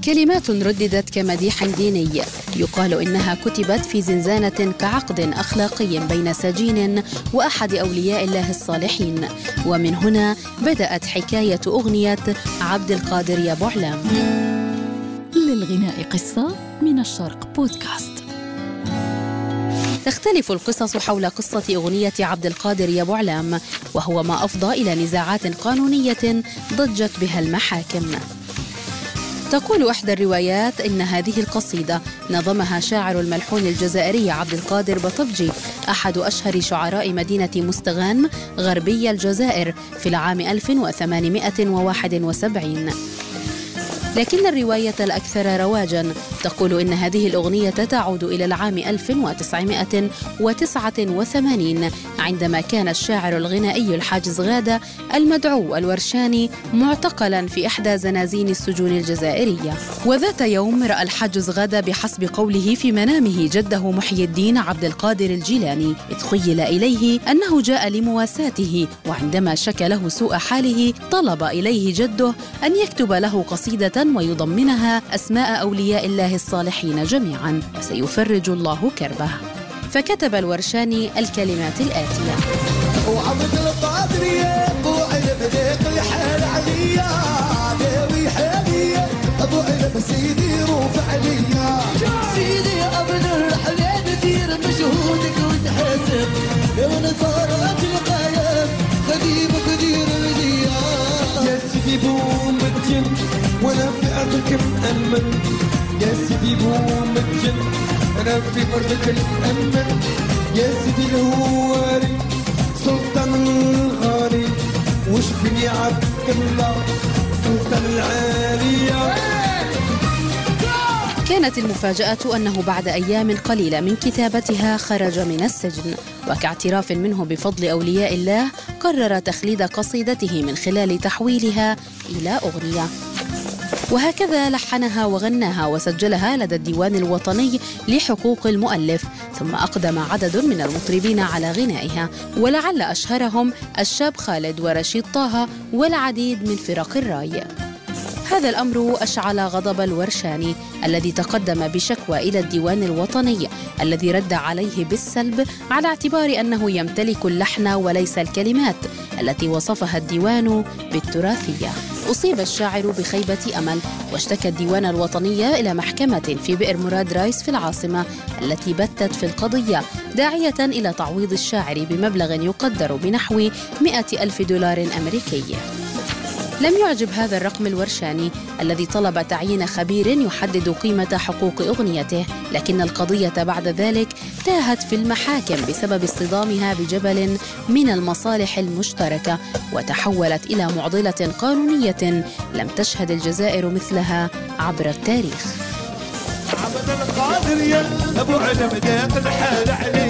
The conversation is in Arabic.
كلمات رددت كمديح ديني، يقال إنها كتبت في زنزانة كعقد أخلاقي بين سجين وأحد أولياء الله الصالحين. ومن هنا بدأت حكاية أغنية عبد القادر يا أبو علام. للغناء قصة من الشرق بودكاست. تختلف القصص حول قصة أغنية عبد القادر يا أبو علام، وهو ما أفضى إلى نزاعات قانونية ضجت بها المحاكم. تقول إحدى الروايات إن هذه القصيدة نظمها شاعر الملحون الجزائري عبد القادر بطبجي، أحد أشهر شعراء مدينة مستغان غربي الجزائر في العام 1871. لكن الرواية الأكثر رواجاً تقول إن هذه الأغنية تعود إلى العام 1989 عندما كان الشاعر الغنائي الحاجز غادة المدعو الورشاني معتقلاً في إحدى زنازين السجون الجزائرية. وذات يوم رأى الحاجز غادة بحسب قوله في منامه جده محي الدين عبد القادر الجيلاني، إذ خيل إليه أنه جاء لمواساته، وعندما شكى له سوء حاله طلب إليه جده أن يكتب له قصيدة ويضمنها أسماء أولياء الله الصالحين جميعاً، سيفرج الله كربه. فكتب الورشاني الكلمات الآتية: وعبد القادر يا أبو علم ذيق الحال عليا داوي حاليا أبو علم سيدي رفع عليا سيدي عبد الرحمن دير مجهودك وتحاسب ونصارات القايم خديمك دير وليا يا سيدي بومتين وانا في أرضك مأمن يا سيدي بومتين انا في أرضك مأمن يا سيدي الهواري سلطان الغالي وش بني عبد الله سلطان العالية. كانت المفاجأة أنه بعد أيام قليلة من كتابتها خرج من السجن، وكاعتراف منه بفضل أولياء الله قرر تخليد قصيدته من خلال تحويلها إلى أغنية. وهكذا لحنها وغناها وسجلها لدى الديوان الوطني لحقوق المؤلف، ثم أقدم عدد من المطربين على غنائها، ولعل أشهرهم الشاب خالد ورشيد طه والعديد من فرق الراي. هذا الأمر أشعل غضب الورشاني الذي تقدم بشكوى إلى الديوان الوطني، الذي رد عليه بالسلب على اعتبار أنه يمتلك اللحن وليس الكلمات التي وصفها الديوان بالتراثية. أصيب الشاعر بخيبة أمل، واشتكى الديوان الوطني إلى محكمة في بئر مراد رايس في العاصمة التي بتت في القضية، داعية إلى تعويض الشاعر بمبلغ يقدر بنحو 100,000 دولار أمريكي. لم يعجب هذا الرقم الورشاني الذي طلب تعيين خبير يحدد قيمة حقوق أغنيته، لكن القضية بعد ذلك تاهت في المحاكم بسبب اصطدامها بجبل من المصالح المشتركة، وتحولت إلى معضلة قانونية لم تشهد الجزائر مثلها عبر التاريخ. عبد القادر يا أبو علم ذاق الحال عليه